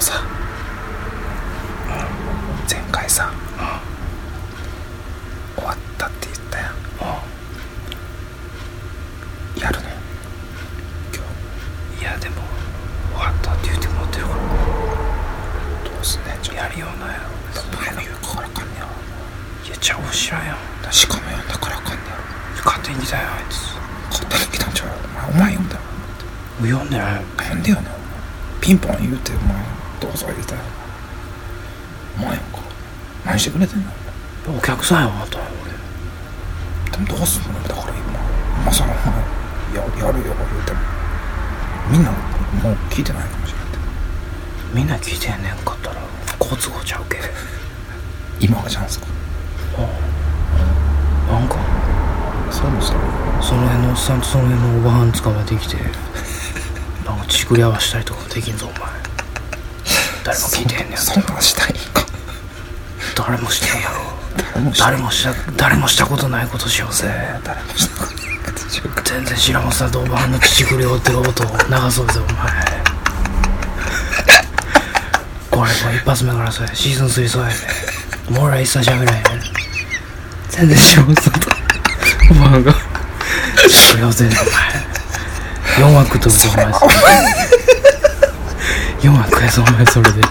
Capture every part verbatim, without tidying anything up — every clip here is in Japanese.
さ、前回さ、終わったって言ったやん。やるの今日。いやでも終わったって言ってもらってるから。どうすんねん。ちょっとやるようなやろ。前の言うからあかんねやろ。いやちゃう知らんやん。しかも読んだからあかんねやろ。勝手に来たよあいつ。勝手に来たんちゃう。お前お前読んだよ。読んでないよ。読んでよな。ピンポン言うてお前どうぞ入れたよ。お前やんか。何してくれてんの。お客さんやわと俺。でもどうすんのだから今まさかお前 や, やるよ言うてもみんなもう聞いてないかもしれない。みんな聞いてんねんかったら好都合ちゃうけ。今がチャンスか。なんかそのさその辺のおっさんとその辺のおばはん捕まえてきてなんかちくり合わしたりとかできんぞお前。誰も聞いてへんねん。そんなんしたいんか。誰もしてんやろ。誰もした誰もしたことないことしようぜ。誰もしたことないことしようか。全然知らんおっさんとおばはんの乳くりをってる音を流そうぜお前。これもう一発目からそうや。シーズンスリーそうやね。もう俺は一切喋らへん。全然知らんおっさんとおばはんが乳くりをぜんねんお前。よんわく飛ぶぞお前。よんわくやぞお前それで。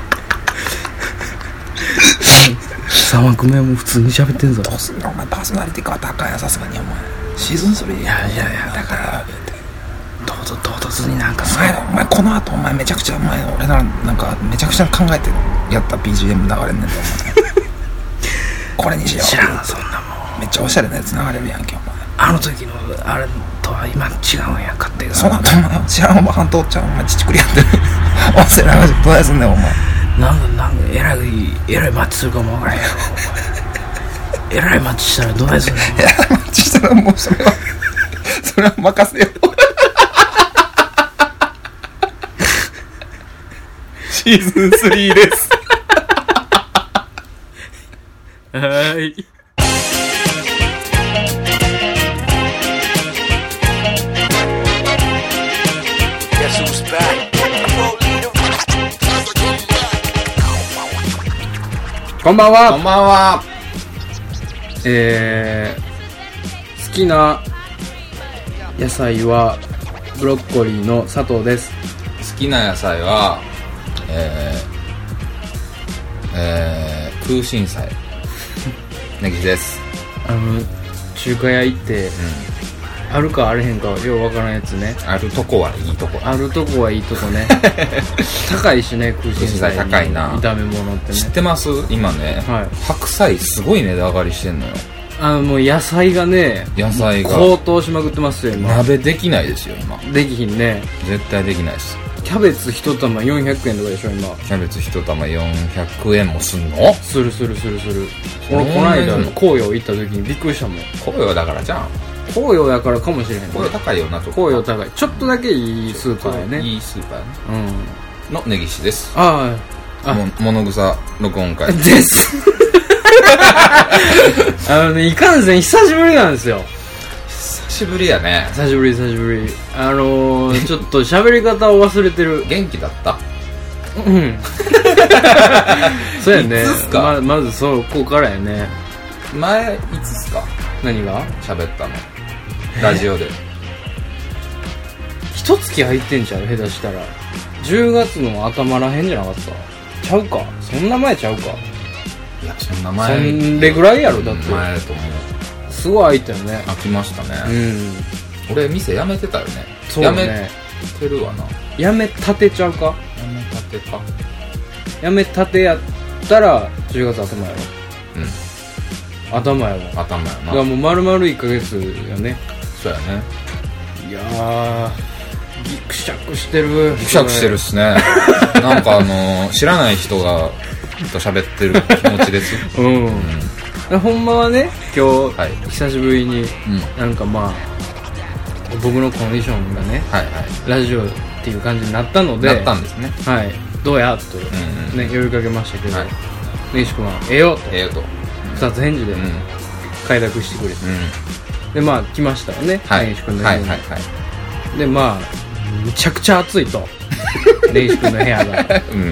さんわくめはもう普通に喋ってんぞ。どうすんのお前。パーソナリティ変わったらあかんやさすがにお前。シーズンスリー。いやいやいやだから唐突唐突になんかさお前この後お前めちゃくちゃお前俺ならなんかめちゃくちゃ考えてやった ビージーエム 流れんねんとお前。これにしよう。知らんそんなもん。めっちゃおしゃれなやつ流れるやんけお前。あの時のあれとは今違うんや勝手が。その後お前知らんおばはん通っちゃうお前乳くりやってる。音声流してどうやすんねんお前。なんかなんかえらいえらいマッチするかもわからへんやろえらいマッチしたらどうやすんの。えらいマッチしたらもうそれはそれは任せよシーズンスリーですはーい。こんばんは。こんばんは。えー、好きな野菜はブロッコリーの佐藤です。 好きな野菜はえー、えー、空心菜ネギです。 あの中華屋行って、うん、あるかあれへんかようわからんやつね。 あるとこはいいとこ。 あるとこはいいとこね高いしね空心菜。 高いな炒め物ってね。 知ってます今ね、はい、白菜すごい値上がりしてんのよ。 あのもう野菜がね野菜が高騰しまくってますよ今。 鍋できないですよ今。 できひんね。 絶対できないです。 キャベツ一玉よんひゃくえんとかでしょ今。 キャベツ一玉よんひゃくえんもすんの。 するするするする。俺この間紅葉行った時にびっくりしたもん。 紅葉だからじゃん。 紅葉やからかもしれへん、ね、 紅葉高いよな。ちょっと紅葉高い。ちょっとだけいいスーパーやね。 いいスーパーやね、うん、の根岸です。 ああも物草録音会ですあのねいかんせん久しぶりなんですよ。 久しぶりやね。 久しぶり久しぶり。あのー、ちょっと喋り方を忘れてる。 元気だったうんそうやね。 いつっすか。 ま, まずそうここからやね。 前いつっすか。 何が喋ったのラジオで一月入ってんちゃう下手したら。じゅうがつの頭らへんじゃなかった。ちゃうか。そんな前ちゃうか。 いやそんな前。 そんれぐらいやろだって。 前と思う。 すごい空いたよね。 空きましたね。 うん。 俺店辞めてたよね。 そうね。 辞めてるわな。 辞めたてちゃうか。 辞めたてか。 辞めたてやったらじゅうがつ頭やろ。うん。頭やわ。 頭やな。 だからもう丸々いっかげつやね。 そうやね。 いやーギクシャクしてる。 ギクシャクしてるっすねなんかあのー、知らない人がと喋ってる気持ちですうん、 うん、ほんまはね今日、はい、久しぶりに、うん、なんかまあ僕のコンディションがね、はいはい、ラジオっていう感じになったのでなったんですね。 はいどうやと、うんうん、ね呼びかけましたけど、はい、根岸君はええよとええよと二つ返事で、うん、快諾してくれて、うん、でまあ来ましたよね、はい、根岸君の家に、はいはいはい、でまあめちゃくちゃ暑いと根岸君の部屋が、うん、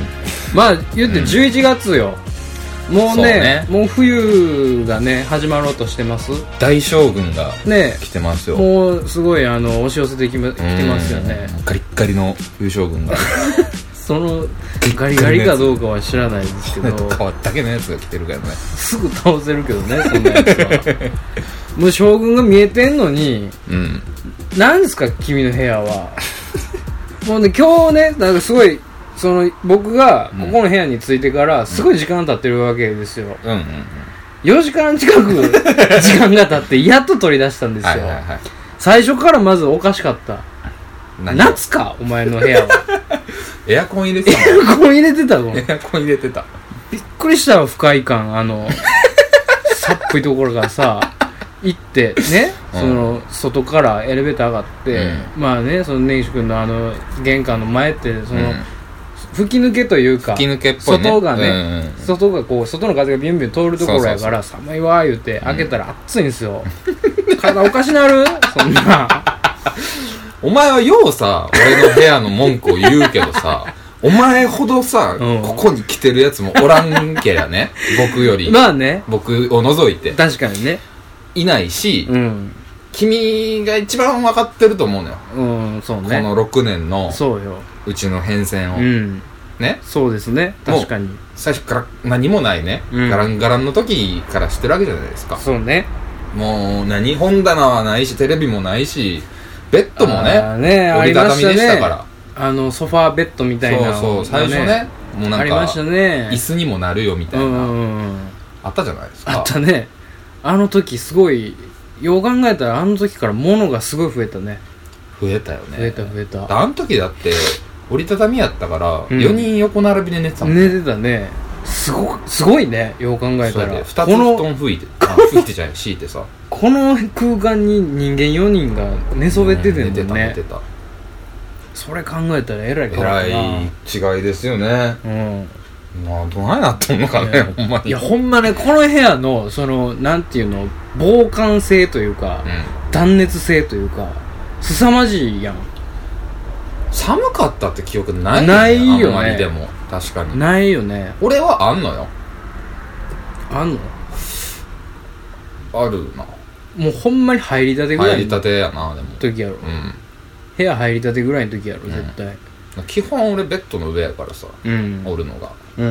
まあ言ってじゅういちがつよ、うん、もう ね, うねもう冬がね始まろうとしてます。 大将軍がね来てますよ。 もうすごいあの押し寄せてきま、来てますよね。 ガリッガリの冬将軍がそのガリガリかどうかは知らないですけど変わったけのやつが来てるからね。 すぐ倒せるけどねそんなやつはもう将軍が見えてんのに、うん、なんですか君の部屋はもうね今日ねなんかすごいその僕がここの部屋に着いてからすごい時間経ってるわけですよ、うんうんうん、よじかん近く時間が経ってやっと取り出したんですよはいはい、はい、最初からまずおかしかった。夏かお前の部屋はエアコン入れてたエアコン入れてたのエアコン入れてた。 びっくりしたわ不快感。あのさっぷいところからさ行ってね、うん、その外からエレベーター上がって、うん、まあねその根岸君のあの玄関の前ってその、うん、吹き抜けというか吹き抜けっぽい、ね、 外がね、うんうん、外がこう外の風がビュンビュン通るところやから寒いわー言って開けたら暑いんですよ、うん、体おかしなるそんなお前はようさ俺の部屋の文句を言うけどさお前ほどさ、うん、ここに来てるやつもおらんけやね僕よりまあね僕を除いて確かにねいないし、うん、君が一番分かってると思うのよ、 うんそうね、 このろくねんのそうようちの変遷を、うん、ねそうですね確かに最初から何もないね、うん、ガランガランの時から知ってるわけじゃないですか。 そうねもう何本棚はないしテレビもないしベッドも ね, ね折りたたみでしたから、 あのソファーベッドみたいな、 そうそう最初ねもうなんかありましたね椅子にもなるよみたいな、うんうんうん、あったじゃないですか。 あったね。あの時すごいよう考えたらあの時から物がすごい増えたね。 増えたよね。 増えた増えた。 あの時だって折りたたみやったから、うん、よにん横並びで寝てたもん。 寝てたね。すごすごいねよう考えたら。 ふたつ布団吹いてあ吹いてじゃない敷いてさこの空間に人間よにんが寝そべっててんもんね、うん、寝てた寝てた。それ考えたらえらい変わったな。 えらい違いですよね。うんまあどないなってんのかねほんまに。 いやほんまねこの部屋のそのなんていうの防寒性というか、うん、断熱性というか凄まじいやん。 寒かったって記憶ないよね。 ないよね。 あんまりでも確かにないよね。 俺はあんのよ。 あんのあるな。 もうほんまに入りたてぐらいの入りたてやなでも時やろ、うん、部屋入りたてぐらいの時やろ絶対、 うん、基本俺ベッドの上やからさ、うん、おるのが、うんうん、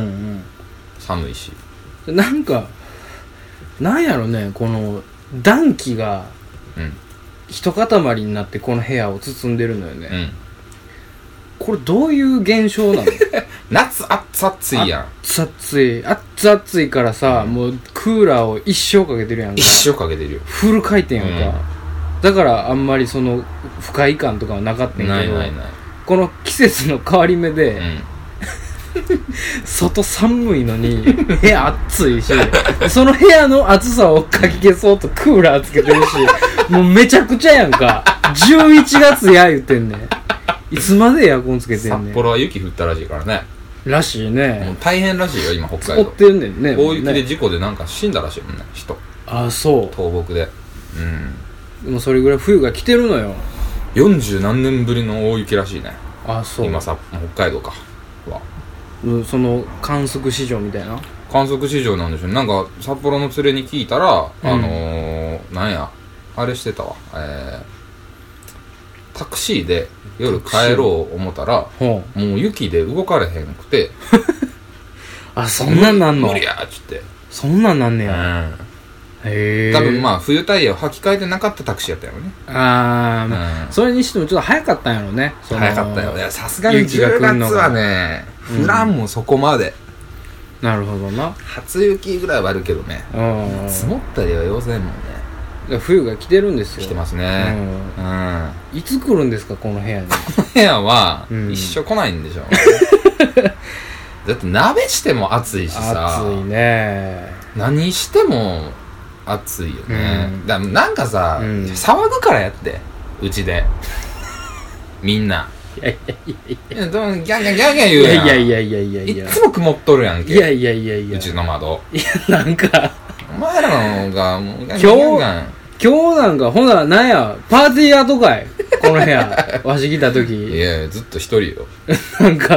寒いしなんかなんやろねこの暖気が一塊になってこの部屋を包んでるのよね、うん、これどういう現象なの夏熱々いやん。 熱々い熱々いからさ、うん、もうクーラーを一生かけてるやんか。 一生かけてるよ。 フル回転やんか、うん、だからあんまりその不快感とかはなかったんやけど、 ないないない。 この季節の変わり目で、うん、外寒いのに部屋暑いしその部屋の暑さをかき消そうとクーラーつけてるしもうめちゃくちゃやんか。じゅういちがつや言ってんねん。いつまでエアコンつけてんねん。 札幌は雪降ったらしいからね。 らしいね。 もう大変らしいよ今北海道。 積もってんねんね。 大雪で事故でなんか死んだらしいもんね人。 ああそう。 倒木で。 うん。でもそれぐらい冬が来てるのよ。 よんじゅう何年ぶりの大雪らしいね。 ああそう。 今さ北海道かは。 うん、その観測史上みたいな。 観測史上なんでしょう。なんか札幌の連れに聞いたら、うん、あのー、なんやあれしてたわ。えー、タクシーで夜帰ろう思ったらもう雪で動かれへんくてあそんなんなんの無理やっつってそんなんなんねや、うん、へえ多分まあ冬タイヤを履き替えてなかったタクシーやったよね。 ああ、うん、それにしてもちょっと早かったんやろね。 早かったよね。さすがにじゅうがつはね降らんもんそこまで、 うん、なるほどな。 初雪ぐらいはあるけどね積もったりは要せんもんね。 冬が来てるんですよ。 来てますね、 うんうん、いつ来るんですかこの部屋に。この部屋は一生来ないんでしょ、うん、だって鍋しても暑いしさ。 暑いね。 何しても暑いよね、うん、だなんかさ、うん、騒ぐからやってうちでみんないやいやいやいやどうギャンギャンギャンギャン言うやん。 いやいやいやいやいやいつも曇っとるやんけ。 いやいやいやいやうちの窓。 いやなんかお前らのがもうギャンギャンギャン今日なんかほななんやパーティー後かいこの部屋わし来た時。 いやずっと一人よなんか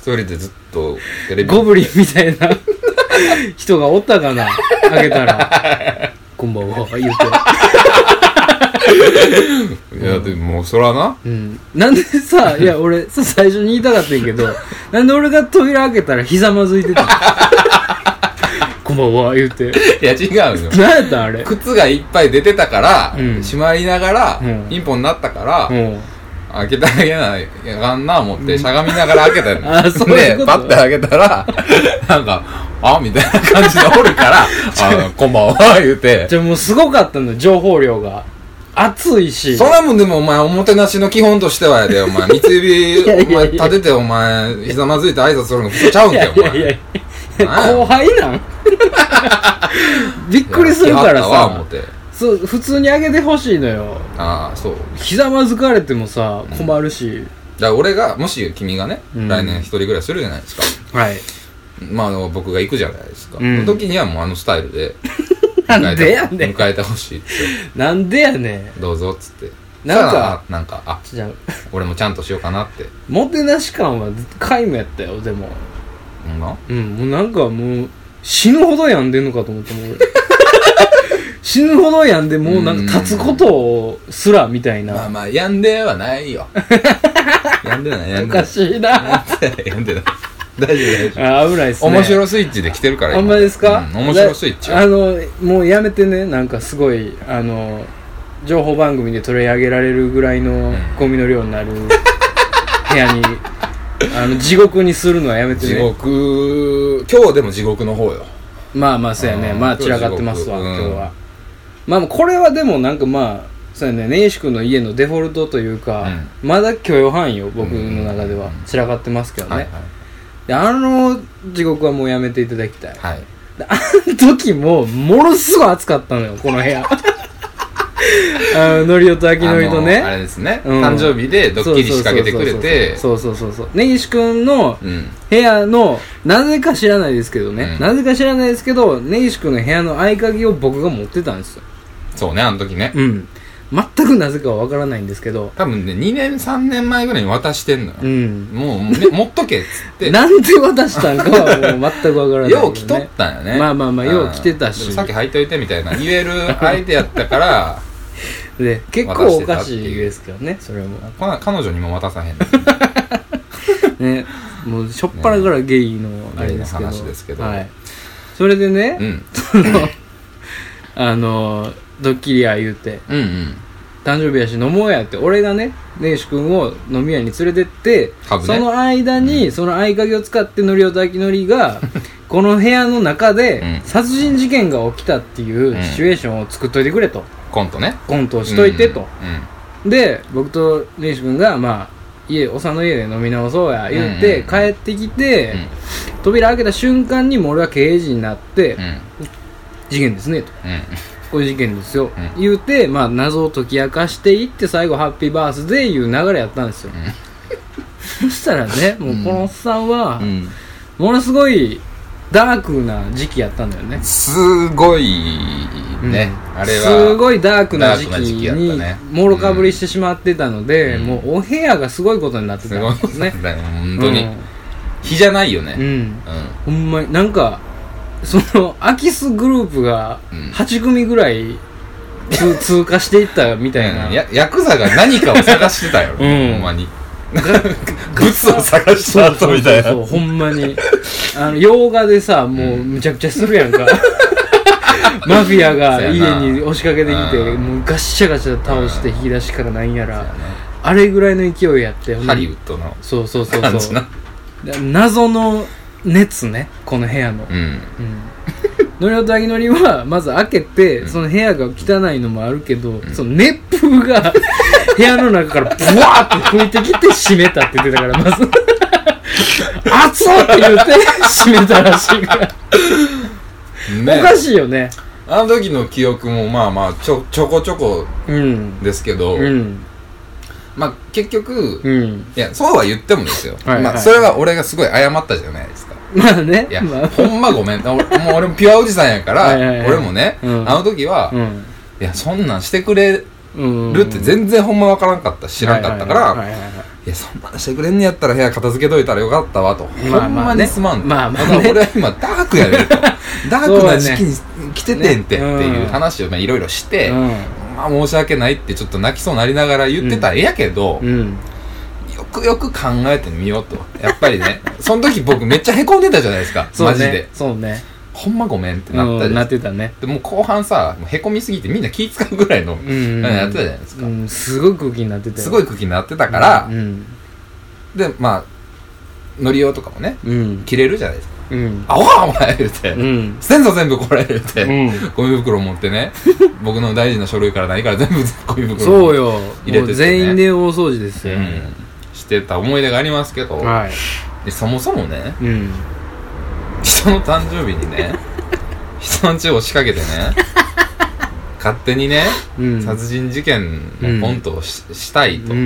一人でずっとテレビゴブリンみたいな人がおったかな、開けたらこんばんは言うていやでももうそらな、 うん、なんでさ、いや俺さ最初に言いたかったんやけどなんで俺が扉開けたらひざまずいてたこんばんは言うて、 いや違うよ、 何やったんあれ、 靴がいっぱい出てたから、うん、閉まりながら、うん、ピンポンになったから、うん、開けてあげないやがんな思ってしゃがみながら開けたの、 あそういうことでパッて開けたらなんかあみたいな感じでおるからあこんばんは言うて、 じゃあもうすごかったの情報量が暑いし、 そんなもんでもお前おもてなしの基本としてはやでお前三つ指お前立ててお前ひざまずいて挨拶するの普通ちゃうんけよお前、いやいやいや後輩なんびっくりするからさ、そう普通にあげてほしいのよ。 ああそう、 ひざまずかれてもさ困るし、うん、 だから俺がもし君がね、うん、来年一人ぐらいするじゃないですか、 はい、 まああの僕が行くじゃないですか、うん、その時にはもうあのスタイルでなんでやねん迎えてほしいってなんでやねんどうぞっつってなんかなんかあじゃ俺もちゃんとしようかなってもてなし感は皆無やったよ。でもうんな、 うん、もうなんかもう死ぬほど病んでんのかと思ったもん俺死ぬほど病んでもうなんか立つことをすらみたいな、 まあまあ病んではないよ病んでない病んでないおかしいな病んでない大丈夫大丈夫、 あ危ないっすね。 面白スイッチで来てるからあんまですか、 うん、面白スイッチあのもうやめてね、なんかすごいあの情報番組で取り上げられるぐらいのゴミの量になる部屋にあの地獄にするのはやめてね。 地獄今日でも地獄の方よ。 まあまあそうやね、まあ散らかってますわ、うん、今日は。まあこれはでもなんかまあそうやね、根岸君の家のデフォルトというか、うん、まだ許容範囲よ僕の中では、うん、散らかってますけどね、はいはい、であの地獄はもうやめていただきたい、 はい、 であの時もものすごい暑かったのよこの部屋あののりおとあきのりとね、 あれですね、うん、誕生日でドッキリ仕掛けてくれて、 そうそうそうそう、根岸くんの部屋の、うん、なぜか知らないですけどね、うん、なぜか知らないですけど根岸くんの部屋の合鍵を僕が持ってたんですよ。 そうね、あの時ね、 うん、全くなぜかはわからないんですけど、 多分ねにねんさんねんまえぐらいに渡してんのよ、うん、もう、ね、持っとけっつってなんで渡したんかはもう全くわからない、ね、 よう来とったんよね。 まあまあまあよう来てたし、 さっき履いといてみたいな言える相手やったからで結構おかしいですけどね、それも彼女にも渡さへんね、もうしょっぱなからゲイのあれですけど、 話ですけど、 はい、それでね、うん、そのあのドッキリや言うて、うんうん、誕生日やし飲もうやって俺がね根岸君を飲み屋に連れてって、ね、その間に、うん、その合鍵を使ってのりおとあきのりがこの部屋の中で殺人事件が起きたっていうシチュエーションを作っといてくれと、 コントね、 コントをしといてと、うんうん、で僕と根岸君がまあ家おさの家で飲み直そうや言って、うんうん、帰ってきて、うん、扉開けた瞬間にもう俺は刑事になって、うん、事件ですねと、うん、こういう事件ですよ、うん、言うて、まあ、謎を解き明かしていって最後ハッピーバースデーいう流れやったんですよ、うん、そしたらねもうこのおっさんは、うん、ものすごいダークな時期やったんだよね。 すごいね、うん、あれはすごいダークな時期にもろかぶりしてしまってたので、うん、もうお部屋がすごいことになってたんですね。 すごい本当に、うん、日じゃないよね、うんうん、 ほんまになんかその空き巣グループがはち組ぐらい通過していったみたいな、 うん、やヤクザが何かを探してたよ、うん、ほんまにグッズを探した後みたいな、そうそうそう、 ほんまにあの洋画でさもうむちゃくちゃするやんかマフィアが家に押しかけてきてもうガッシャガシャ倒して引き出しからなんやら、あれぐらいの勢いやって、 ハリウッドのそうそうそうそう謎の熱ねこの部屋の、うんうん、のりおとあきのりはまず開けて、うん、その部屋が汚いのもあるけど、うん、その熱風が部屋の中からブワーって吹いてきて閉めたって言ってたから、まず熱っって言って閉めたらしいから、ね、おかしいよね。 あの時の記憶もまあまあちょちょこちょこですけど、うんうん、まあ結局、うん、いやそうは言ってもですよ、はいはい、まあ、それは俺がすごい謝ったじゃないですか。 まあね、 いや、 まあ、 ほんまごめん、もう俺もピュアおじさんやからはいはい、はい、俺もね、うん、あの時は、うん、いやそんなんしてくれるって全然ほんまわからんかった知らんかったから、 いやそんなんしてくれんねやったら部屋片付けといたらよかったわと、 まあまあね、 ほんまにすまんと、 まあまあね、 だから俺は今ダークやでとダークな時期に来ててんてっていう話をいろいろして、うん、まあ申し訳ないってちょっと泣きそうになりながら言ってたらええやけど、うんうん、よくよく考えてみようと、やっぱりねその時僕めっちゃへこんでたじゃないですかマジで。 そうね、 ほんまごめんってなったじゃん、 うん、なってたね。 でもう後半さへこみすぎてみんな気使うぐらいの、うんうん、やってたじゃないですか、うん、 すごい空気になってたよ。 すごい空気になってたから、うんうん、でまあのりおとかもね、うん、切れるじゃないですか、うん、あわお前言うて、うん、捨てんぞ全部これ言うて、うん、ゴミ袋持ってね僕の大事な書類から何から全部ゴミ袋そうよ入れてて、ね、全員で大掃除ですよ、うん、 してた思い出がありますけど、はい、でそもそもね、うん、人の誕生日にね人の家を仕掛けてね勝手にね、うん、殺人事件のコントを し,、うん、したいと、うんうんうん、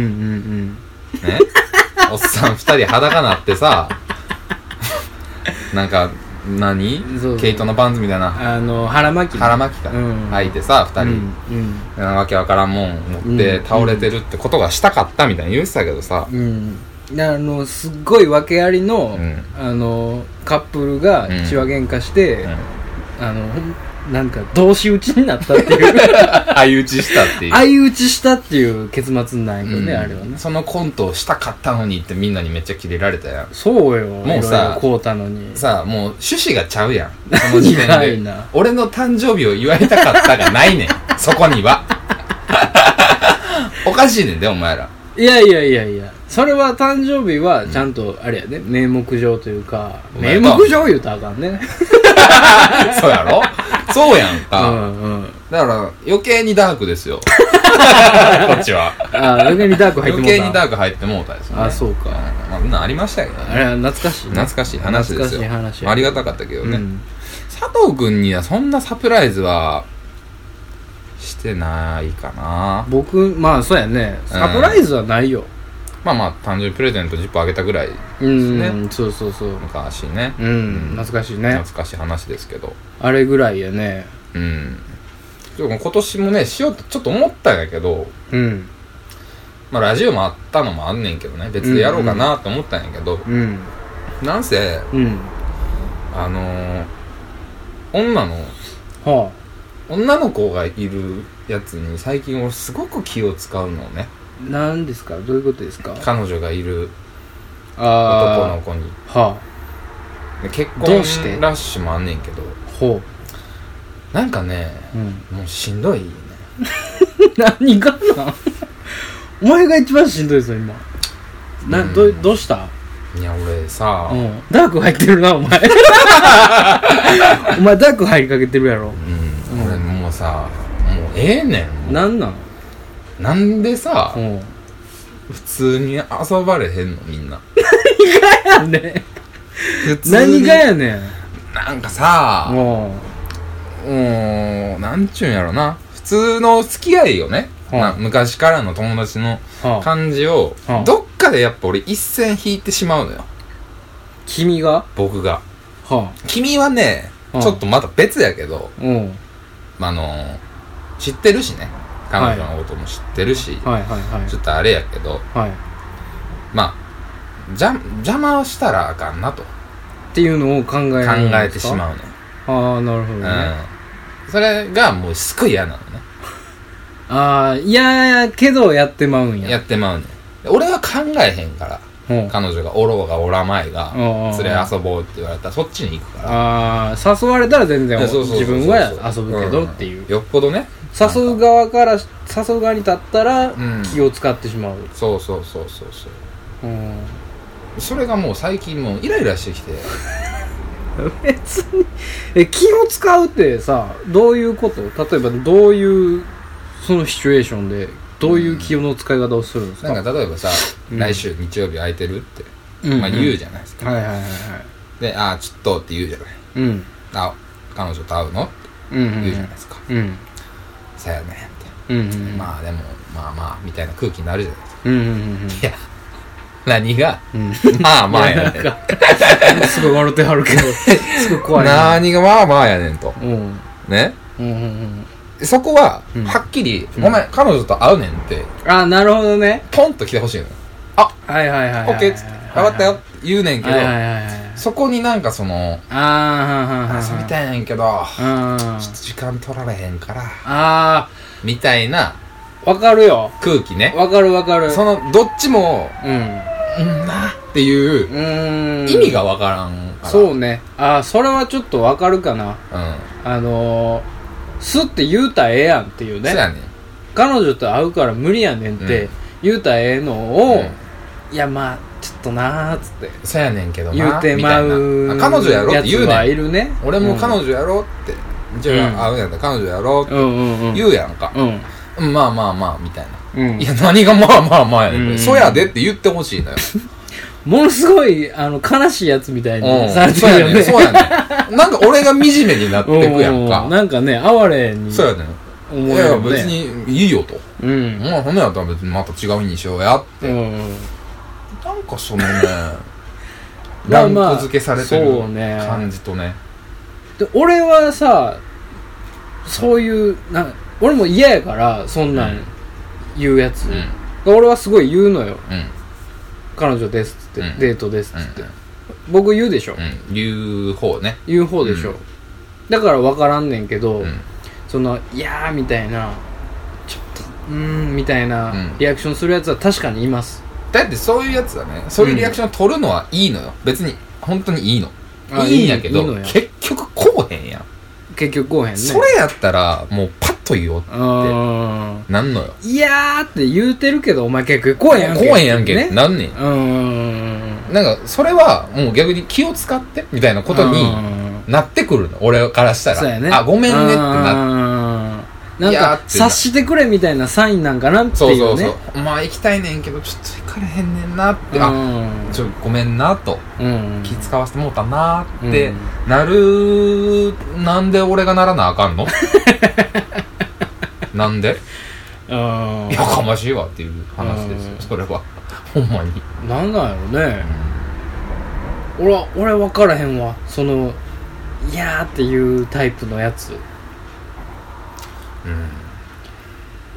ねおっさん二人裸なってさなんか何毛糸のパンツみたいなあの腹巻き、ね、 腹巻きか、うん、履いてさ二人、うんうん、わけわからんもん持って倒れてるってことがしたかったみたいに言ってたけどさ、うん、 あのすっごい訳ありの、うん、あのカップルが血は喧嘩して、うんうんあのなんか同士討ちになったっていう相討ちしたっていう相討ちしたっていう結末にないけどね、うん、あれはね。 そのコントをしたかったのにってみんなにめっちゃキレられたやん。 そうよ、 もうさこうたのにさあもう趣旨がちゃうやんその時点で俺の誕生日を祝いたかったがないねんそこにはおかしいねんでお前ら。 いやいやいやいや、それは誕生日はちゃんとあれやね、うん、名目上というか、名目上言うたらあかんねそうやろそうやんか、うんうん、だから余計にダークですよこっちはあ余計にダーク入ってもうた余計にダーク入ってもうたですね。 あそうか、 まあみんなありましたけどね。 あれは懐かしい、ね、 懐かしい話ですよ。懐かしい話ありがたかったけどね、うん、佐藤くんにはそんなサプライズはしてないかな。 僕まあそうやね、サプライズはないよ、うん、 まあまあ誕生日プレゼントジップあげたぐらいですね。 うんそうそうそう昔ね、 うん、うん、懐かしいね。 懐かしい話ですけどあれぐらいやね。 うん今年もねしようとちょっと思ったんやけど、うんまあラジオもあったのもあんねんけどね、別でやろうかなと思ったんやけど、うん、なんせ、うん、あのー、女の、はあ、女の子がいるやつに最近俺すごく気を使うのね。 何ですか、どういうことですか。 彼女がいる男の子に、はあ、結婚ラッシュもあんねんけど、ほうなんかね、うん、もうしんどいね何がなお前が一番しんどいぞ今な、うん、ど, どうした。 いや俺さ、うん、 ダーク入ってるなお前お前ダーク入りかけてるやろ、 うんうん、俺もうさもうええねん。 なんなんなんでさ、うん、普通に遊ばれへんのみんな何がやねん普通に何がやねん。 なんかさもうもうなんちゅうんやろな、普通の付き合いよね、はあ、昔からの友達の感じを、はあ、どっかでやっぱ俺一線引いてしまうのよ。 君が僕が、はあ、君はね、はあ、ちょっとまた別やけど、うん、あの知ってるしね、彼女のことも知ってるし、はいはいはいはい、ちょっとあれやけど、はい、まあ邪魔をしたらあかんなとっていうのを考える考えてしまうね。 ああなるほどね、 うん、それがもうすごい嫌なのね。 ああいややけどやってまうんややってまうね。俺は考えへんから、うん、彼女がおろうがおらまいが連れ遊ぼうって言われたらそっちに行くから。 ああ誘われたら全然自分は遊ぶけどっていう、 うん、よっぽどね誘う側から誘う側に立ったら気を使ってしまう、うん、 そうそうそうそうそう、うん、それがもう最近もうイライラしてきて別にえ気を使うってさどういうこと。例えばどういうそのシチュエーションでどういう気の使い方をするんですか。 なんか例えばさ、うん、来週日曜日空いてるって、うん、まあ言うじゃないですか、うんうん、はいはいはいはい。であちょっとって言うじゃない、うん、あ彼女と会うのって言うじゃないですか、うんうんうん、さやねんって、うんうんうん、まあでもまあまあみたいな空気になるじゃないですか、うんうんうんうん、いや何が、うん、まあまあやねんすごい笑ってはるけどすごい怖いな。 何がまあまあやねんと、うん、ね、うんうんうん、そこは、うん、はっきり、うん、ごめん彼女と会うねんってあなるほどねポンと来てほしいの。 あはいはいはいはいオッケーっつって分かったよって言うねんけど、 はいはいはいはい、 そこになんかそのあ遊びたいねんけどちょっと時間取られへんからあみたいなわかるよ空気ね。 わかるわかる。 そのどっちもうんうんなっていううん意味がわからんから。 そうね。ああそれはちょっとわかるかな。 うんあのー、すって言うたらええやんっていうね。 そうやねん。 彼女と会うから無理やねんって、うん、言うたらええのを、うん、いやまあちょっとなーっつってそうやねんけどな言うてまう彼女やろって言うねん。 いるね。 俺も彼女やろって、うん、じゃあ会うんやったら彼女やろって言うやんか、うんうん、まあまあまあみたいな、うん、いや何がまあまあまあやねん、うん、そやでって言ってほしいのよものすごいあの悲しいやつみたいにされてるよね。 そうやねん、そうやねんなんか俺が惨めになってくやんかうん、なんかね哀れにそうやねん思うよね。いや別にいいよと、うん、まあほんなやったら別にまた違うにしようやって、うん、なんかそのねランク付けされてる感じとね、 で俺はさそういうな俺も嫌やからそんなん言うやつ、うん、俺はすごい言うのよ、うん、彼女ですっつって、うん、デートですっつって、うん、僕言うでしょ、うん、 言う方ね言う方でしょ、うん、だから分からんねんけど、うん、そのいやーみたいなちょっとうーんみたいなリアクションするやつは確かにいます。 だってそういうやつはねそういうリアクションを取るのはいいのよ、別に本当にいいのいいんやけどいいいい結局こうへんやん。 結局こうへんね。 それやったらもうパッと言おうってなんのよ。 いやーって言うてるけどお前結局こうへんやんけこうへんやんけってなんねん。うーんなんかそれはもう逆に気を使ってみたいなことになってくるの俺からしたら、そうやね、あごめんねってなってなんか察してくれみたいなサインなんかなっていうね。そうそうそうまあ行きたいねんけどちょっと行かれへんねんなって、あちょごめんなと、うん、気使わせてもうたなって、うん、なるなんで俺がならなあかんのなんでやかましいわっていう話ですよそれはほんまになんなんやろね、うん、俺は俺分からへんわそのいやーっていうタイプのやつ。うん、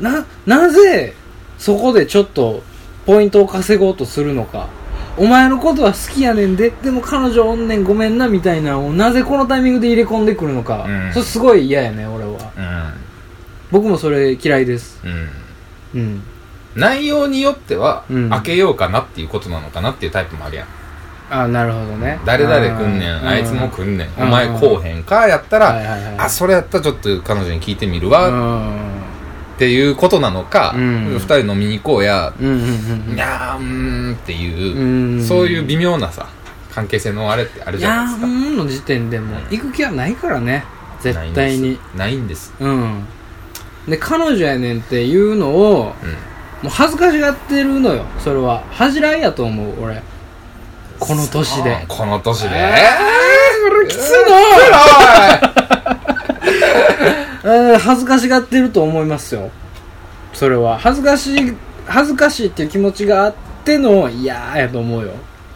な、なぜそこでちょっとポイントを稼ごうとするのか。お前のことは好きやねんで、でも彼女おんねんごめんなみたいなのをなぜこのタイミングで入れ込んでくるのか、うん、それすごい嫌やね俺は、うん、僕もそれ嫌いです、 うんうん、内容によっては、うん、開けようかなっていうことなのかなっていうタイプもあるやん。 あなるほどね。 誰々来んねん あ, あいつも来んねんお前こうへんかやったら、はいはいはい、あそれやったらちょっと彼女に聞いてみるわっていうことなのか、うん、ふたり飲みに行こうや、うんうんうん、いやーうーんっていう、うん、そういう微妙なさ関係性のあれってあるじゃないですか。 いやーうーんの時点でもう行く気はないからね絶対にないんです。 うんで彼女やねんっていうのを、うん、もう恥ずかしがってるのよ。それは恥じらいやと思う俺この年で。 この年で、 えー、これきついなえー、恥ずかしがってると思いますよ。それは恥ずかしい恥ずかしいっていう気持ちがあってのいやーやと思うよ、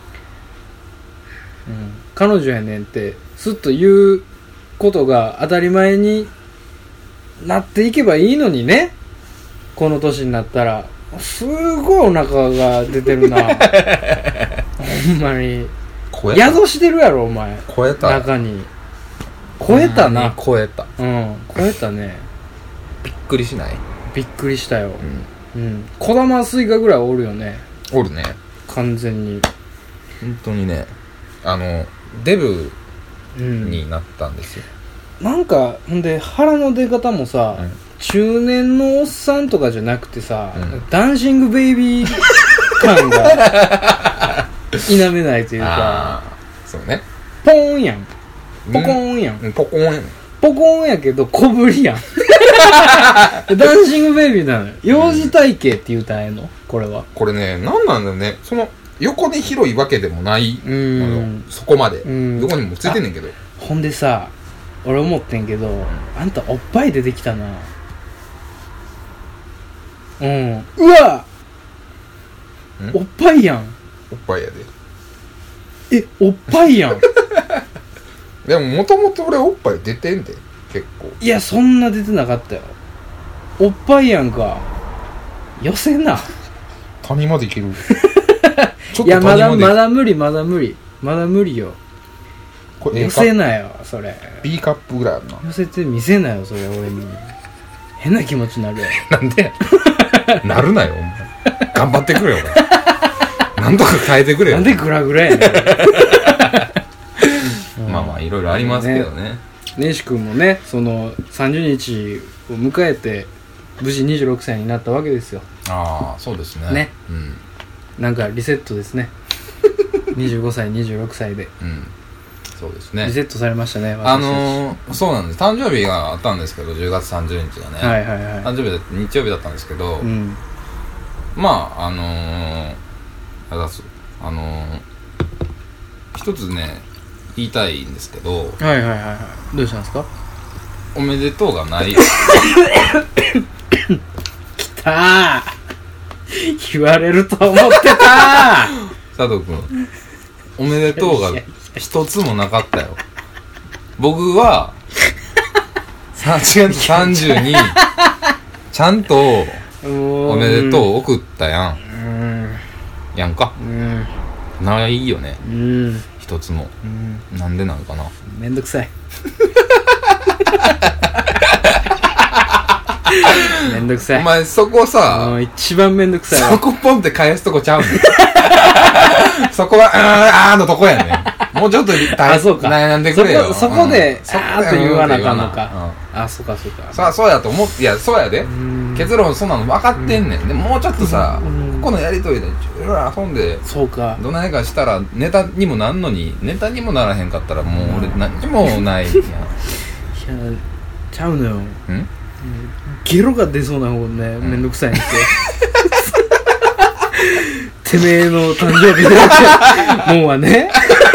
うん、彼女やねんってスッと言うことが当たり前になっていけばいいのにね。この年になったらすごいお腹が出てるなほんまに宿してるやろお前。 超えた中に超えたな。 超えたうん超えたねびっくりしない？ びっくりしたよ。うん、うん、小玉スイカぐらいおるよね。 おるね完全に本当にね。あのデブになったんですよ、 うん、なんかほんで腹の出方もさ、うん、中年のおっさんとかじゃなくてさ、うん、ダンシングベイビー感が否めないというかそうねポーンやんポコーンやん、 うん、ポコーンやんポコーンやけど小ぶりやんダンシングベイビーなのよ。幼児体型って言うたらええのこれは。 これねなんなんだよね。その横で広いわけでもないのよそこまでどこにもついてんねんけど。 ほんでさ俺思ってんけどあんたおっぱい出てきたな。うんうわおっぱいやん。 おっぱいやでえおっぱいやんでももともと俺おっぱい出てんで結構。 いやそんな出てなかったよ。おっぱいやんか。寄せんな谷までいけるちょっといやまだ鳥もでまだ無理まだ無理まだ無理よ。 これ寄せなよそれ。 B カップぐらいあるな。 寄せて見せなよそれ俺に。変な気持ちになるよ。 なんでなるなよお前。頑張ってくれよ俺。なんとか変えてくれよ。 なんでグラグラやねん。 まあまあいろいろありますけどね。 ねし君もねそのさんじゅうにちを迎えて無事にじゅうろくさいになったわけですよ。 ああそうですね。 ねうんなんかリセットですね。にじゅうごさいにじゅうろくさいでうんそうですね。 リセットされましたね。 あのー、そうなんです。誕生日があったんですけどじゅうがつさんじゅうにちがね、 はいはいはい誕生日だって日曜日だったんですけど、 うん、 まああのー、あざすあのー、一つね言いたいんですけど、 はいはいはいはいどうしたんですか。 おめでとうがない。 きたー言われると思ってた佐藤くんおめでとうが一つもなかったよ。僕はさんがつさんじゅうにちゃんとおめでとう送ったやん、 うんやんか。 うんないよねうん一つも。 うんなんでなのかな。 めんどくさいめんどくさい。 お前そこさ、 もう一番めんどくさいそわ。 こポンって返すとこちゃうねん。そこはあーあーのとこやねん。もうちょっとあそうか悩んでくれよ。 そこそこで、 うん、 あーって言わなあかんのうんか。あそうかそうか。 さあそうやと思って、いやそうやでうん結論そんなの分かってんねん。でももうちょっとさ、 うんこのやりとりでいろいろ遊んでそうか。 どないかしたらネタにもなんのにネタにもならへんかったらもう俺何にもないやん。 いやちゃうのよ。 んゲロが出そうな方ね、めんどくさいんですよ。てめえの誕生日でもんはね。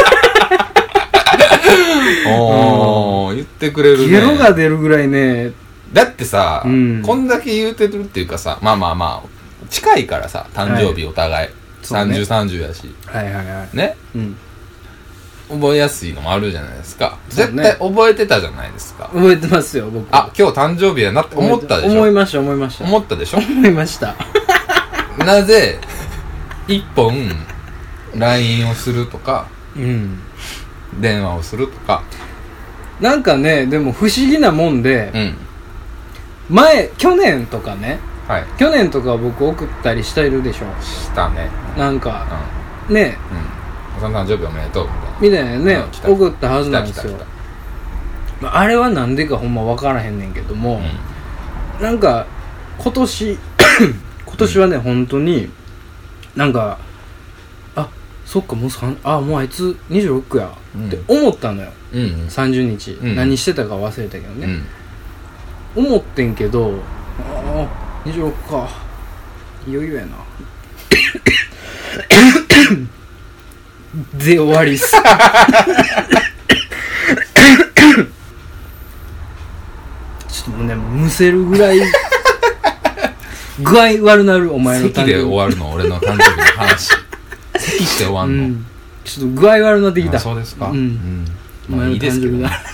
おー言ってくれるね。 ゲロが出るぐらいね。 だってさ、 うん、 こんだけ言うてるっていうかさ、まあまあまあ近いからさ誕生日お互い、はい、さんじゅう、さんじゅうやしはいはいはいね、 うん、 覚えやすいのもあるじゃないですか、 ね、 絶対覚えてたじゃないですか。 覚えてますよ僕。 あ今日誕生日やなって思ったでしょ。 思いました思いました思ったでしょ。 思いました。 なぜ一本 ライン をするとか、 うん、 電話をするとかなんかねでも不思議なもんで、 うん前去年とかね、 はい、 去年とか僕送ったりしてるでしょ。 したね。 なんか、 うん、 ねうん、お誕生日おめでとうみたいなみたいなね、うん、送ったはずなんですよ。 来た来た来たあれはなんでかほんま分からへんねんけども、うん、なんか今年今年はね、うん、本当になんかあそっかもうさんあもうあいつにじゅうろくや、うん、って思ったのよ、うんうん、さんじゅうにち、うん、何してたか忘れたけどね、うん思ってんけど、ああにじゅうろくかいよいよやなで終わりっす。ちょっともうねむせるぐらい具合悪なるお前の誕生日。 席で終わるの俺の誕生日の話。席して終わんの、うん、 ちょっと具合悪なってきた。 そうですか、 うんうん、お前の誕生日の話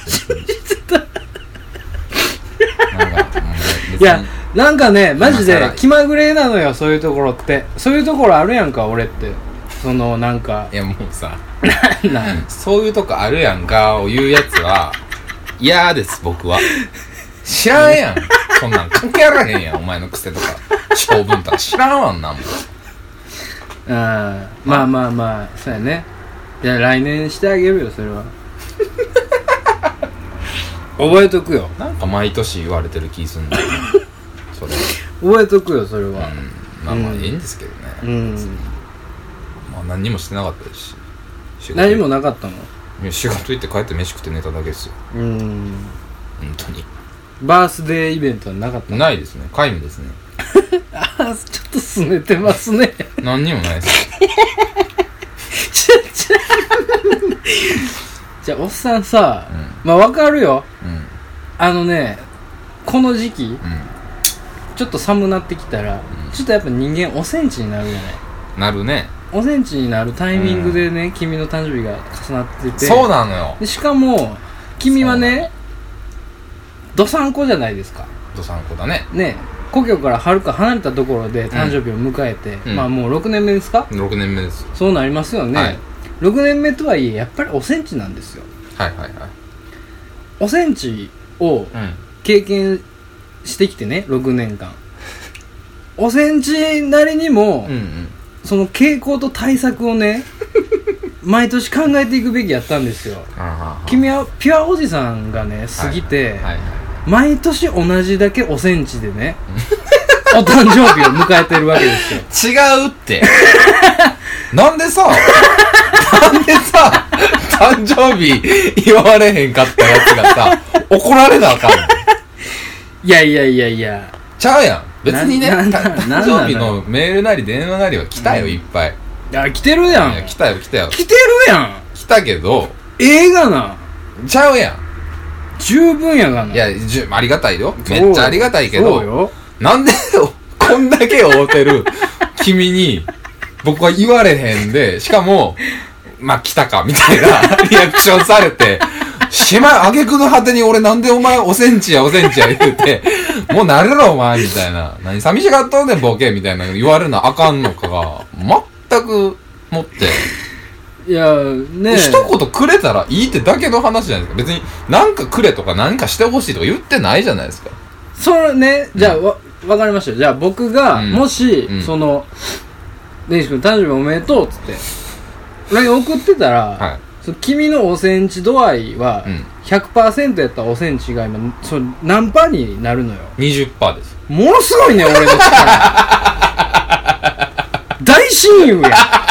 いやなんかねマジで気まぐれなのよそういうところって。そういうところあるやんか俺って。そのなんかいやもうさそういうとこあるやんかを言うやつは嫌です僕は。知らんやんそんなん関係あらへんやんお前の癖とか性分とか知らんわんなんもん。 あまあまあまあそうやね。いや来年してあげるよそれは。覚えとくよ。 なんか毎年言われてる気すんだよそれ覚えとくよそれは、 うん、まあまあいいんですけどね、うん、まあ何にもしてなかったですし。 何もなかったの。 いや仕事行って帰って飯食って寝ただけですよ。うん本当に。 バースデーイベントはなかったの。 ないですね皆無ですね。 ああちょっとすねてますね。 何にもないですちょちょじゃあおっさんさ、うん、まあわかるよ、うん、あのねこの時期、うん、ちょっと寒なってきたら、うん、ちょっとやっぱ人間おセンチになるじゃない。 なるね。 おセンチになるタイミングでね、うん、君の誕生日が重なってて。 そうなのよ。 でしかも君はねどさんこじゃないですか。 どさんこだね。 ね故郷からはるか離れたところで誕生日を迎えて、うん、まあもうろくねんめですか。 ろくねんめです。 そうなりますよね、はい、ろくねんめとはいえやっぱりおせんちなんですよ。 はいはいはい。 おせんちを経験してきてね、ろくねんかんおせんちなりにも、うんうん、その傾向と対策をね毎年考えていくべきやったんですよ。君はピュアおじさんがね過ぎて、はいはいはい、毎年同じだけおせんちでねお誕生日を迎えてるわけですよ。 違うってなんでさなんでさ誕生日言われへんかったやつがさ怒られなあかんの。 いやいやいやいやちゃうやん別にね。誕生日のメールなり電話なりは来たよ、うん、いっぱい。 いや来てるやん。 いや来たよ来たよ来てるやん。 来たけどええがなちゃうやん。 十分やがな。 いやじゅありがたいよ。めっちゃありがたいけど、そうよ。なんでこんだけ会うてる君に僕は言われへんで、しかもまあ来たかみたいなリアクションされて、しまい挙句の果てに俺なんでお前おせんちやおせんちや言うてもう慣れろお前みたいな、何寂しがっとんねんボケみたいな言われなあかんのかが全くもって、 いやね一言くれたらいいってだけの話じゃないですか。別に何かくれとか何かしてほしいとか言ってないじゃないですか。 それね、じゃあ、うん、わ分かりました。じゃあ僕が、うん、もし、うん、その根岸君誕生日おめでとうっつってライン送ってたら、はい、その君のおせんち度合いは ひゃくパーセント やったおせんちが今その何パーになるのよ。 にじゅっパーセント です。ものすごいね俺の力大親友や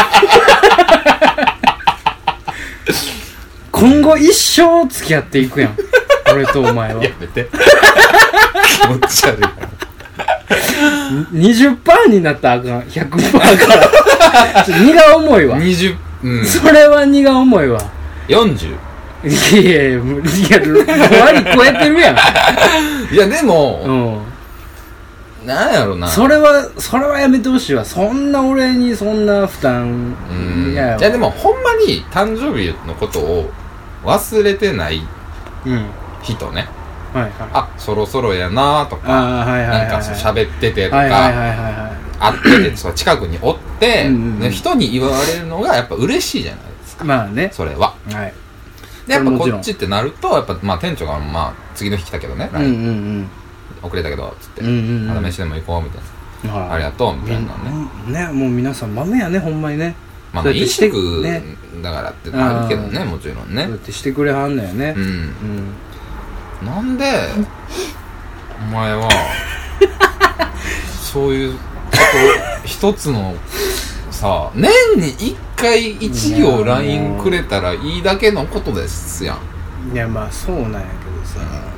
今後一生付き合っていくやん俺とお前は。 やめて気持ち悪いにじゅっパーセント になったらあかん ひゃくパーセント からちょっと荷が重いわ。 にじゅう、うん、 それは荷が重いわ。 よんじゅう。 いやいやいやご割超えてるやん。 いやでも、うん、なんやろな、 それはそれはやめてほしいわ。そんな俺にそんな負担。 うん、いやいやでもほんまに誕生日のことを忘れてない人ね、うんはいはい、あそろそろやなとか、はいはいはいはい、なんかそう喋っててとか、はいはいはいはい、会っててそう近くにおって、うんうんうん、人に言われるのがやっぱ嬉しいじゃないですか。まあねそれは、はい、でやっぱこっちってなるとやっぱ、まあ、店長が、まあ、次の日来たけどね、うんうんうん、遅れたけどつって、うんうんうん、まだ飯でも行こうみたいな、はい、ありがとうみたいなね、 ねもう皆さん豆やねほんまにね。 まあ、飲食だからってあるけどね、もちろんね。 そうやってしてくれはんのよね。うん。うん、 なんでお前はそういうこと一つのさ年に一回一行 ライン くれたらいいだけのことですやん。いやまあそうなんやけどさ、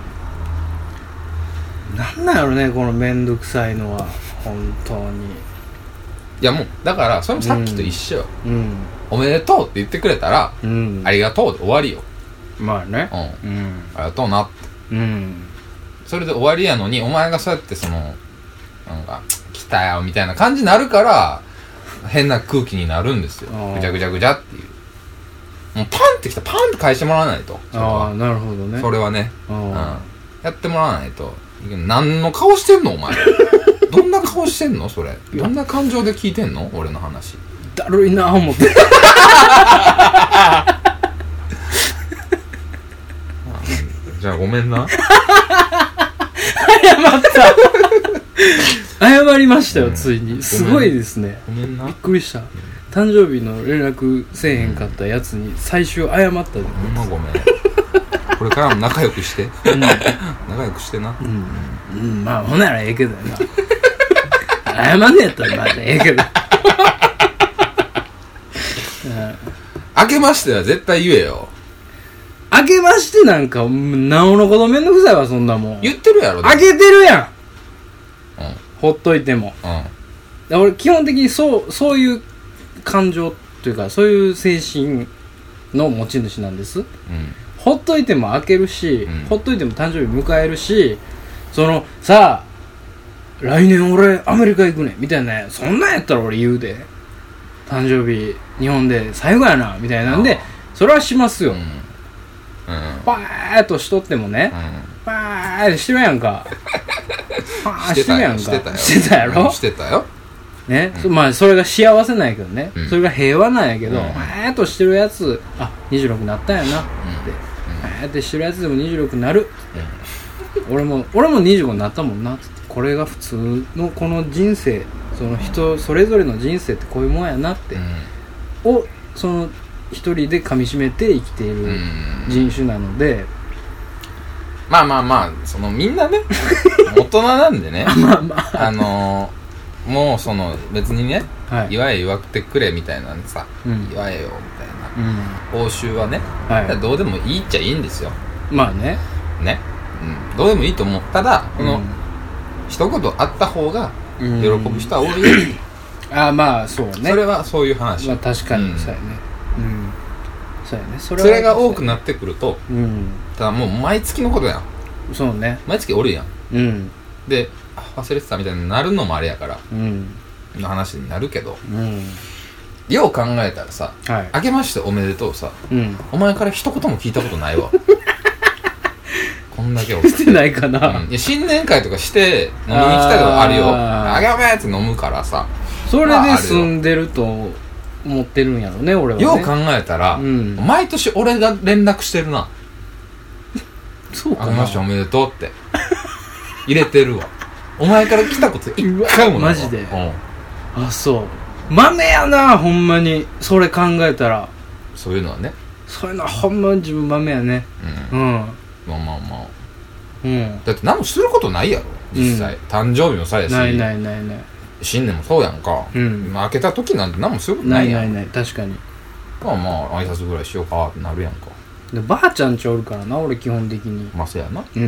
うん、なんなんやろねこのめんどくさいのは本当に。 いやもうだからそれもさっきと一緒よ、うんうん、おめでとうって言ってくれたら、うん、ありがとうで終わりよ。 まあね、 うんうん、ありがとうなって、うん、それで終わりやのにお前がそうやってそのなんか来たよみたいな感じになるから変な空気になるんですよ。ぐちゃぐちゃぐちゃっていう、もうパンってきたらパンって返してもらわないと。 ああなるほどね。 それはね、うん、やってもらわないと。何の顔してんのお前どんな顔してんのそれ。どんな感情で聞いてんの俺の話。 だるいなぁ思ってじゃあごめんな謝った謝りましたよ、うん、ついに。すごいですね。 ごめんな。 びっくりした。誕生日の連絡せえへんかったやつに最終謝ったで。 ほんまごめんこれからも仲良くして、うん、仲良くしてな、うんうん、まあほんならええけどな謝んねやったらまあええけど明けましては絶対言えよ。 明けましてなんかなおのことめんどくさいわそんなもん。 言ってるやろ。 明けてるやん、うん、ほっといても、うん、俺基本的にそうそういう感情というかそういう精神の持ち主なんです、うん、ほっといても開けるし、うん、ほっといても誕生日迎えるし、そのさあ来年俺アメリカ行くねみたいな、そんなんやったら俺言うで、誕生日日本で最後やなみたいなんでそれはしますよ、うんうん、パーッとしとってもね、うん、パーッとしてるやんかーしてるやんか。 してたよしてたやろ、 うん、してたよね、うん、まあそれが幸せなんやけどね、 うん、 それが平和なんやけど、 うん、 えーっとしてるやつ、あ、にじゅうろくになったんやなって、うん、えーってしてるやつでもにじゅうろくになる、うん、俺も俺もにじゅうごになったもんなって、これが普通のこの人生、その人それぞれの人生ってこういうもんやなって、うん、をその一人で噛み締めて生きている人種なので、 まあまあまあ、そのみんなね大人なんでねまあまああのー、もうその別にね、はい、言わえ言わってくれみたいなんでさ、うん、言わえよみたいな、うん、報酬はね、はい、どうでもいいっちゃいいんですよ。 まあねね、うん、どうでもいいと思う。ただこの、うん、一言あった方が喜ぶ人は多いよ、 うん、ああまあそうね、 それはそういう話。 まあ確かにそうやね、うん、うん、そうやね、それはそれが多くなってくると、うん、ただもう毎月のことやん。 そうね、 毎月おるやん、 うん、 で忘れてたみたいになるのもあれやから、うん、の話になるけど、うん、よう考えたらさ、はい、明けましておめでとうさ、うん、お前から一言も聞いたことないわこんだけおってしてないかな、 うん、いや新年会とかして飲みに来たことあるよ、あげおめって飲むからさ、 それで住んでると思ってるんやろね俺はね。 よう考えたら、うん、毎年俺が連絡してるな。 そうかな、 あげましておめでとうって入れてるわ。お前から来たこと一回もないわ。 マジで、うん、あ、そう豆やな、ほんまにそれ考えたら。 そういうのはね、 そういうのはほんまに自分豆やね、うん、うん、 まあまあまあ、 うん、 だって何もすることないやろ実際、うん、誕生日もさやし、 ないないないない、 新年もそうやんか、うん、開けた時なんて何もすることないやん。 ないないない、確かに。 まあまあ挨拶ぐらいしようかってなるやんか。 でばあちゃんちおるからな俺基本的に。 まあそうやな、 うん、うん、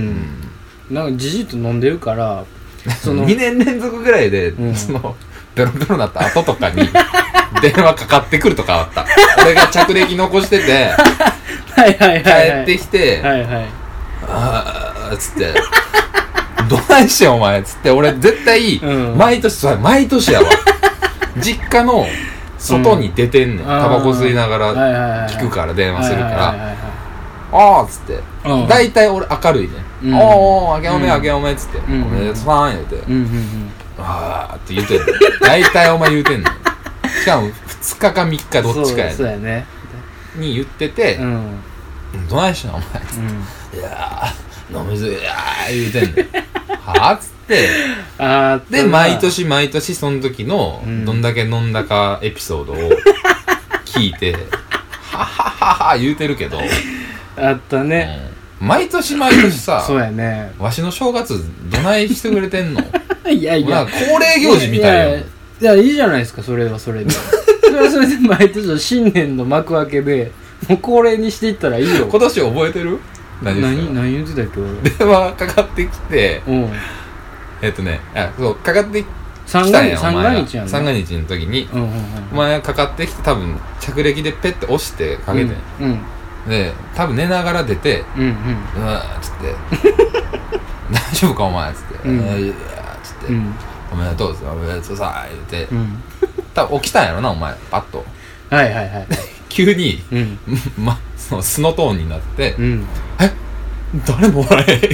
なんかじじいと飲んでるからそのにねん連続ぐらいで、うん、そのベロベロになった後とかに電話かかってくるとかあった俺が着歴残しててはいはいはい、はい、 帰ってきて、 はいはい、 あーっつってどないしてんお前っつって、俺絶対、うん、毎年そ毎年やわ実家の外に出てんねん、タバコ吸いながら聞くから電話するからあーっつって、うん、大体俺明るいね、うん、おーあげおめあげおめっつって、うん、おめでとうさん言うて、うんうんうん、あーって言うてんねん大体お前言うてんねんしかもふつかかみっかどっちかやねん、 そうやねに言ってて、うん、どないしなお前っつって、うん、いやー飲みずいやー言うてんねんはぁっつってあで毎年毎年その時のどんだけ飲んだかエピソードを聞いて、うん、はははは言うてるけどあったね、 うん、毎年毎年さそうやね、 わしの正月どないしてくれてんのいやいや恒例行事みたいよ。 いやいいじゃないですか、それはそれでそれはそれで毎年新年の幕開けでもう恒例にしていったらいいよ。 今年覚えてる？何何何言ってたっけ俺。 電話かかってきて、うん、えっとねあそうかかってきたんや三が日やん、 三が日の時に、うんうんうん、お前かかってきて多分着歴でペッて押してかけて、うんうん、で多分寝ながら出て、うんうん、うわーっつって大丈夫かお前っつって、うん、いやっつって、うん、おめでとうっつっておめでとうさー言って、うん、多分起きたんやろなお前パッとはいはいはい急に、うん、まその素のトーンになって、うん、え誰もおらへん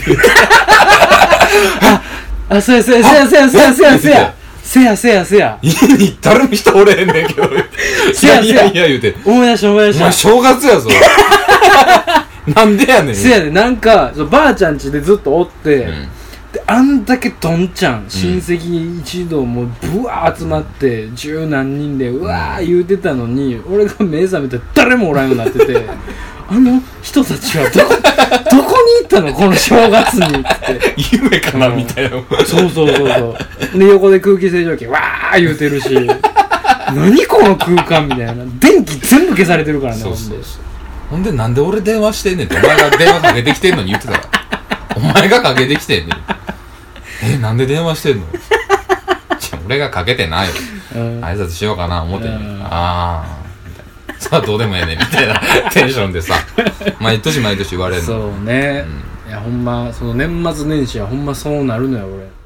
ああそうやそうやそうやそうやそうやそうやそうやせやせやせや家に誰も人おれへんねんけどせやせやいやいや言うて思い出した思い出した、 お前正月やぞなんでやねん。 せやねん、なんかそうばあちゃん家でずっとおって、うん、であんだけどんちゃん親戚一同もうブワー集まって十何人でうわー言うてたのに、俺が目覚めて誰もおらんようになっててあの人たちはどこどこに行ったのこの正月にって夢かな、うん、みたいなそうそうそうそうで横で空気清浄機わー言うてるし何この空間みたいな、電気全部消されてるからね。 そうそうそう、ほんでなんで俺電話してんねんってお前が電話かけてきてんのに言ってたらお前がかけてきてんねんえなんで電話してんの俺がかけてないよ、うん、挨拶しようかな思ってんの、うん、ああさあどうでもええねんみたいなテンションでさ毎年毎年言われるの。 そうね、うん、いやほんまその年末年始はほんまそうなるのよ俺。